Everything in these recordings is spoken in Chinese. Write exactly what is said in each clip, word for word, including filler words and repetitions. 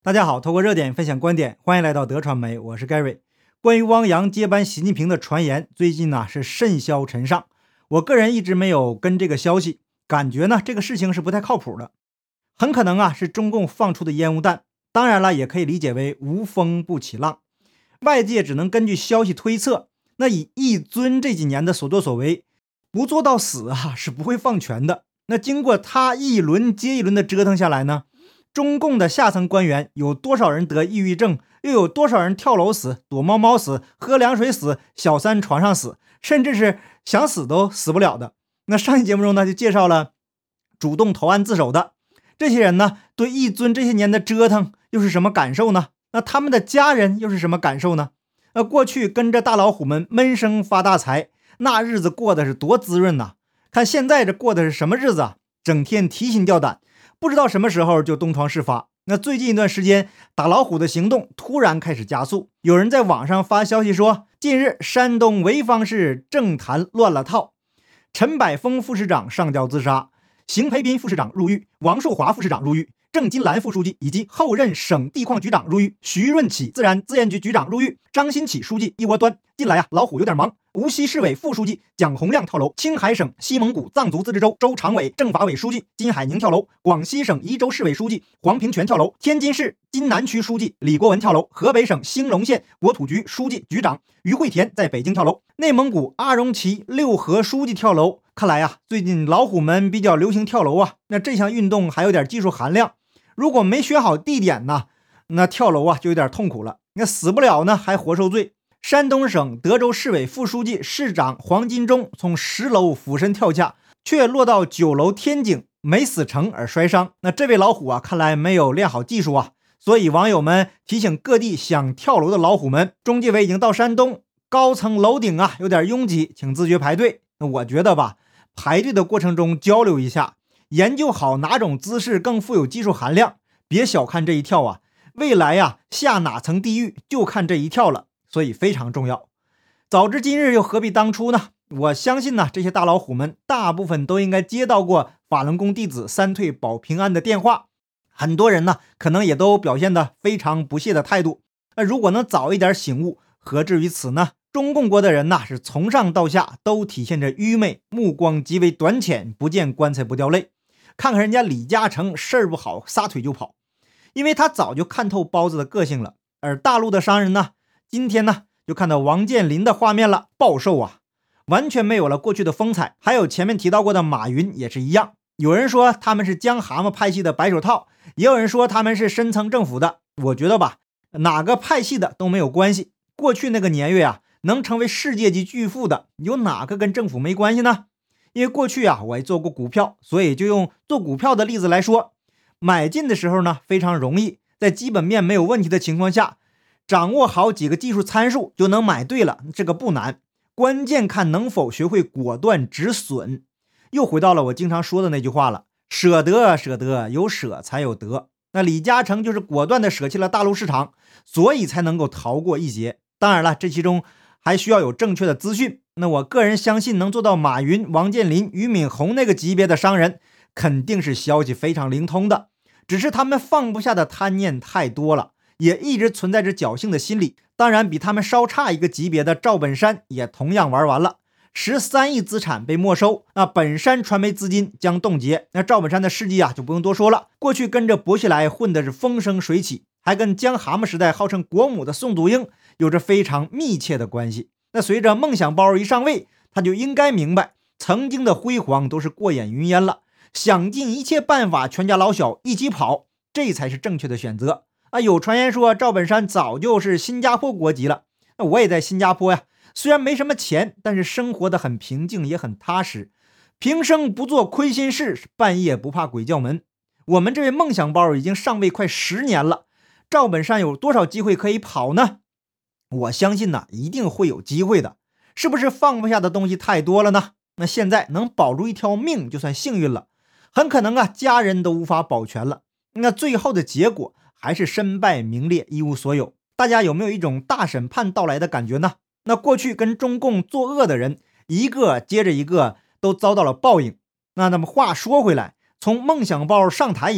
大家好，透过热点分享观点，欢迎来到德传媒，我是 Gary。 关于汪洋接班习近平的传言，最近呢是甚嚣尘上。我个人一直没有跟这个消息，感觉呢这个事情是不太靠谱的，很可能啊是中共放出的烟雾弹。当然了，也可以理解为无风不起浪，外界只能根据消息推测。那以一尊这几年的所作所为，不做到死啊是不会放权的。那经过他一轮接一轮的折腾下来呢，中共的下层官员有多少人得抑郁症，又有多少人跳楼死、躲猫猫死、喝凉水死、小三床上死，甚至是想死都死不了的。那上期节目中呢，就介绍了主动投案自首的这些人呢，对一尊这些年的折腾又是什么感受呢？那他们的家人又是什么感受呢？那过去跟着大老虎们闷声发大财，那日子过得是多滋润呐！看现在这过的是什么日子啊？整天提心吊胆，不知道什么时候就东窗事发。那最近一段时间，打老虎的行动突然开始加速。有人在网上发消息说，近日山东潍坊市政坛乱了套，陈百峰副市长上吊自杀，邢培斌副市长入狱，王树华副市长入狱，郑金兰副书记以及后任省地矿局长入狱，徐润起自然资源局局长入狱，张新起书记一窝端。近来啊，老虎有点忙，无锡市委副书记蒋洪亮跳楼，青海省西蒙古藏族自治州州常委政法委书记金海宁跳楼，广西省宜州市委书记黄平泉跳楼，天津市津南区书记李国文跳楼，河北省兴隆县国土局书记局长于慧田在北京跳楼，内蒙古阿荣旗六合书记跳楼。看来啊，最近老虎们比较流行跳楼啊，那这项运动还有点技术含量，如果没学好地点呢，那跳楼啊就有点痛苦了。那死不了呢，还活受罪。山东省德州市委副书记、市长黄金忠从十楼俯身跳下，却落到九楼天井，没死成而摔伤。那这位老虎啊，看来没有练好技术啊。所以网友们提醒各地想跳楼的老虎们，中纪委已经到山东，高层楼顶啊有点拥挤，请自觉排队。那我觉得吧，排队的过程中交流一下，研究好哪种姿势更富有技术含量，别小看这一跳啊，未来呀、啊、下哪层地狱就看这一跳了。所以非常重要。早知今日又何必当初呢？我相信呢，这些大老虎们大部分都应该接到过法轮功弟子三退保平安的电话，很多人呢可能也都表现得非常不屑的态度。那如果能早一点醒悟，何至于此呢？中共国的人呐，是从上到下都体现着愚昧，目光极为短浅，不见棺材不掉泪。看看人家李嘉诚，事儿不好撒腿就跑，因为他早就看透包子的个性了。而大陆的商人呢，今天呢，就看到王健林的画面了，暴瘦啊，完全没有了过去的风采。还有前面提到过的马云也是一样，有人说他们是江蛤蟆派系的白手套，也有人说他们是深层政府的。我觉得吧，哪个派系的都没有关系。过去那个年月啊，能成为世界级巨富的，有哪个跟政府没关系呢？因为过去啊，我也做过股票，所以就用做股票的例子来说，买进的时候呢，非常容易，在基本面没有问题的情况下，掌握好几个技术参数就能买对了，这个不难，关键看能否学会果断止损。又回到了我经常说的那句话了，舍得舍得，有舍才有得。那李嘉诚就是果断的舍弃了大陆市场，所以才能够逃过一劫。当然了，这其中还需要有正确的资讯。那我个人相信，能做到马云、王健林、俞敏洪那个级别的商人，肯定是消息非常灵通的，只是他们放不下的贪念太多了，也一直存在着侥幸的心理。当然比他们稍差一个级别的赵本山也同样玩完了，十三亿资产被没收，那本山传媒资金将冻结。那赵本山的事迹啊就不用多说了，过去跟着薄熙来混的是风生水起，还跟江蛤蟆时代号称国母的宋祖英有着非常密切的关系。那随着梦想包一上位，他就应该明白曾经的辉煌都是过眼云烟了，想尽一切办法全家老小一起跑，这才是正确的选择啊！有传言说赵本山早就是新加坡国籍了，那我也在新加坡呀，虽然没什么钱，但是生活得很平静，也很踏实，平生不做亏心事，半夜不怕鬼叫门。我们这位梦想包已经上位快十年了，赵本山有多少机会可以跑呢？我相信呢，一定会有机会的。是不是放不下的东西太多了呢？那现在能保住一条命就算幸运了，很可能啊，家人都无法保全了。那最后的结果还是身败名裂，一无所有。大家有没有一种大审判到来的感觉呢？那过去跟中共作恶的人，一个接着一个都遭到了报应。那那么话说回来，从梦想包上台以来，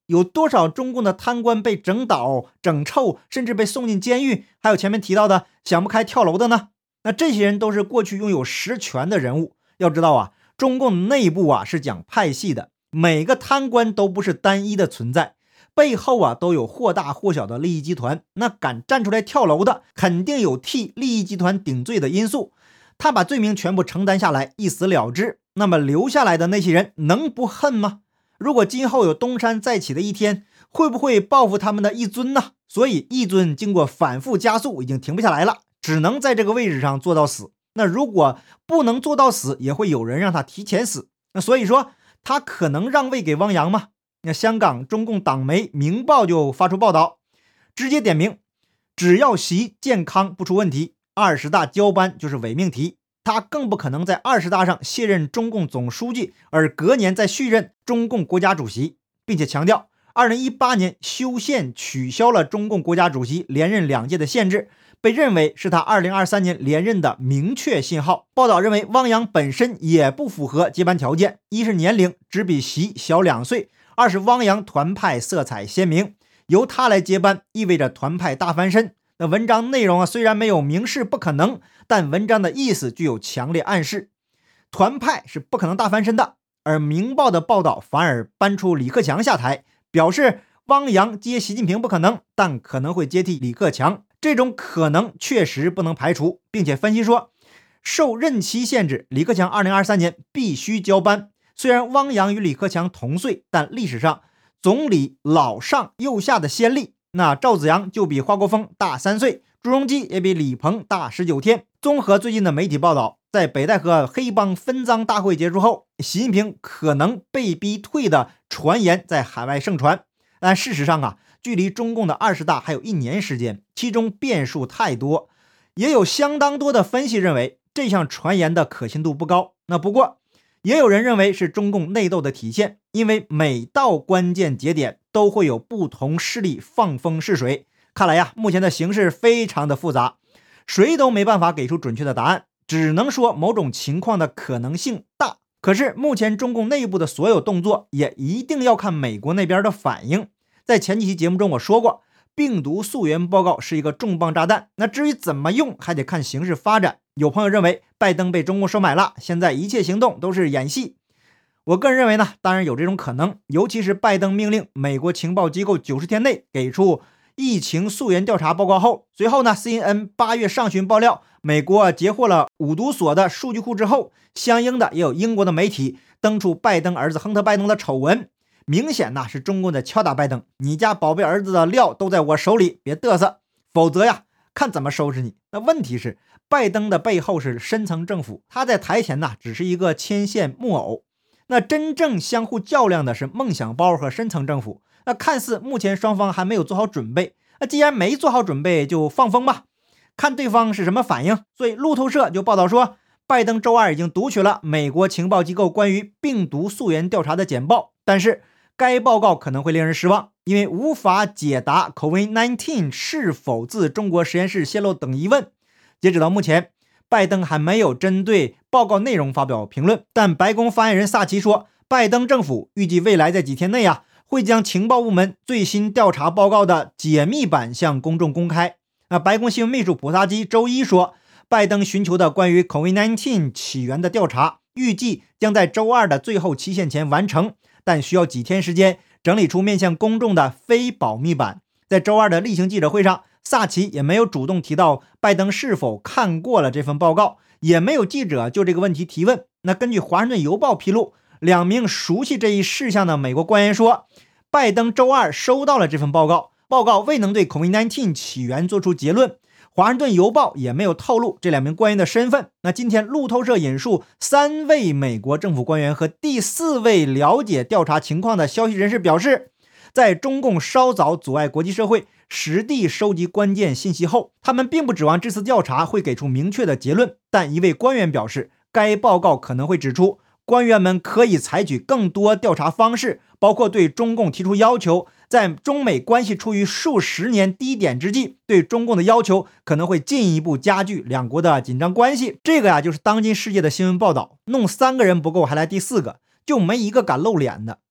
有多少中共的贪官被整倒、整臭，甚至被送进监狱？还有前面提到的想不开跳楼的呢？那这些人都是过去拥有实权的人物。要知道啊，中共内部啊是讲派系的，每个贪官都不是单一的存在，背后啊都有或大或小的利益集团。那敢站出来跳楼的，肯定有替利益集团顶罪的因素。他把罪名全部承担下来，一死了之，那么留下来的那些人能不恨吗？如果今后有东山再起的一天，会不会报复他们的一尊呢？所以一尊经过反复加速，已经停不下来了，只能在这个位置上做到死。那如果不能做到死，也会有人让他提前死。那所以说他可能让位给汪洋吗？那香港中共党媒《明报》就发出报道，直接点名，只要习健康不出问题，二十大交班就是伪命题。他更不可能在二十大上卸任中共总书记，而隔年再续任中共国家主席，并且强调二零一八年修宪取消了中共国家主席连任两届的限制，被认为是他二零二三年连任的明确信号。报道认为汪洋本身也不符合接班条件，一是年龄只比习小两岁，二是汪洋团派色彩鲜明，由他来接班意味着团派大翻身。那文章内容啊，虽然没有明示不可能，但文章的意思具有强烈暗示，团派是不可能大翻身的。而《明报》的报道反而搬出李克强下台，表示汪洋接习近平不可能，但可能会接替李克强，这种可能确实不能排除，并且分析说，受任期限制，李克强二零二三年必须交班。虽然汪洋与李克强同岁，但历史上总理老上幼下的先例，那赵紫阳就比华国锋大三岁，朱镕基也比李鹏大十九天。综合最近的媒体报道，在北戴河黑帮分赃大会结束后，习近平可能被逼退的传言在海外盛传。但事实上啊，距离中共的二十大还有一年时间，其中变数太多，也有相当多的分析认为这项传言的可信度不高。那不过也有人认为是中共内斗的体现，因为每到关键节点都会有不同势力放风试水。看来呀，目前的形势非常的复杂，谁都没办法给出准确的答案，只能说某种情况的可能性大。可是目前中共内部的所有动作也一定要看美国那边的反应。在前几期节目中我说过，病毒溯源报告是一个重磅炸弹，那至于怎么用还得看形势发展。有朋友认为拜登被中共收买了，现在一切行动都是演戏。我个人认为呢，当然有这种可能，尤其是拜登命令美国情报机构九十天内给出疫情溯源调查报告后，随后呢 C N N 八月上旬爆料美国截获了五毒所的数据库之后，相应的也有英国的媒体登出拜登儿子亨特拜登的丑闻，明显呢是中共的敲打拜登，你家宝贝儿子的料都在我手里，别嘚瑟，否则呀看怎么收拾你。那问题是拜登的背后是深层政府，他在台前呢只是一个牵线木偶，那真正相互较量的是梦想包和深层政府。那看似目前双方还没有做好准备，那既然没做好准备就放风吧，看对方是什么反应。所以路透社就报道说，拜登周二已经读取了美国情报机构关于病毒溯源调查的简报，但是该报告可能会令人失望，因为无法解答 COVID 十九 是否自中国实验室泄露等疑问。截止到目前，拜登还没有针对报告内容发表评论，但白宫发言人萨奇说，拜登政府预计未来在几天内啊，会将情报部门最新调查报告的解密版向公众公开。那白宫新闻秘书普萨基周一说，拜登寻求的关于 COVID 十九 起源的调查，预计将在周二的最后期限前完成，但需要几天时间整理出面向公众的非保密版。在周二的例行记者会上，萨奇也没有主动提到拜登是否看过了这份报告，也没有记者就这个问题提问。那根据华盛顿邮报披露，两名熟悉这一事项的美国官员说，拜登周二收到了这份报告，报告未能对 COVID 十九 起源做出结论。华盛顿邮报也没有透露这两名官员的身份。那今天路透社引述三位美国政府官员和第四位了解调查情况的消息人士表示，在中共稍早阻碍国际社会实地收集关键信息后，他们并不指望这次调查会给出明确的结论。但一位官员表示，该报告可能会指出，官员们可以采取更多调查方式，包括对中共提出要求，在中美关系处于数十年低点之际，对中共的要求可能会进一步加剧两国的紧张关系。这个呀，就是当今世界的新闻报道，弄三个人不够，还来第四个，就没一个敢露脸的。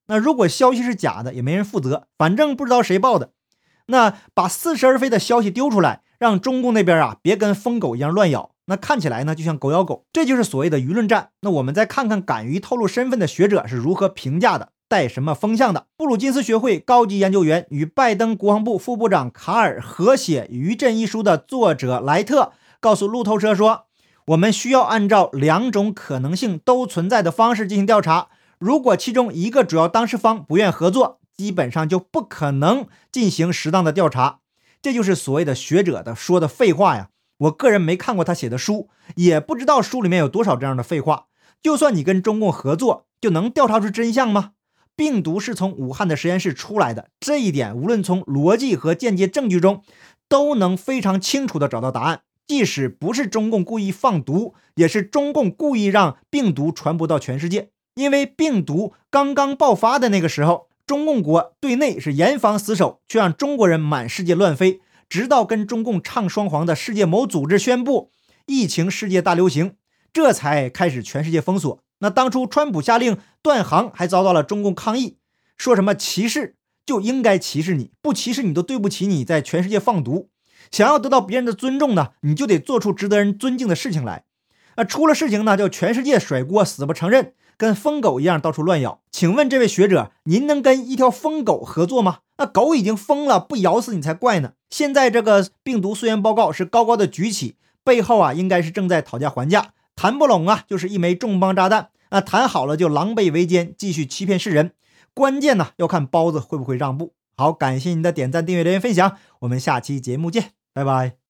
那如果消息是假的，也没人负责，反正不知道谁报的。那把似是而非的消息丢出来，让中共那边啊别跟疯狗一样乱咬，那看起来呢就像狗咬狗，这就是所谓的舆论战。那我们再看看敢于透露身份的学者是如何评价的，带什么风向的。布鲁金斯学会高级研究员与拜登国防部副部长卡尔合写《余震》一书的作者莱特告诉路透社说，我们需要按照两种可能性都存在的方式进行调查，如果其中一个主要当事方不愿合作，基本上就不可能进行适当的调查。这就是所谓的学者的说的废话呀。我个人没看过他写的书，也不知道书里面有多少这样的废话。就算你跟中共合作，就能调查出真相吗？病毒是从武汉的实验室出来的，这一点无论从逻辑和间接证据中都能非常清楚地找到答案。即使不是中共故意放毒，也是中共故意让病毒传播到全世界。因为病毒刚刚爆发的那个时候，中共国对内是严防死守，却让中国人满世界乱飞，直到跟中共唱双簧的世界某组织宣布疫情世界大流行，这才开始全世界封锁。那当初川普下令断航，还遭到了中共抗议，说什么歧视就应该歧视你，不歧视你都对不起你在全世界放毒。想要得到别人的尊重呢，你就得做出值得人尊敬的事情来。啊，出了事情呢，就全世界甩锅，死不承认，跟疯狗一样到处乱咬。请问这位学者，您能跟一条疯狗合作吗？那狗已经疯了，不咬死你才怪呢。现在这个病毒溯源报告是高高的举起，背后啊应该是正在讨价还价，谈不拢啊就是一枚重磅炸弹，啊谈好了就狼狈为奸，继续欺骗世人。关键呢要看包子会不会让步。好，感谢您的点赞、订阅、留言、分享，我们下期节目见，拜拜。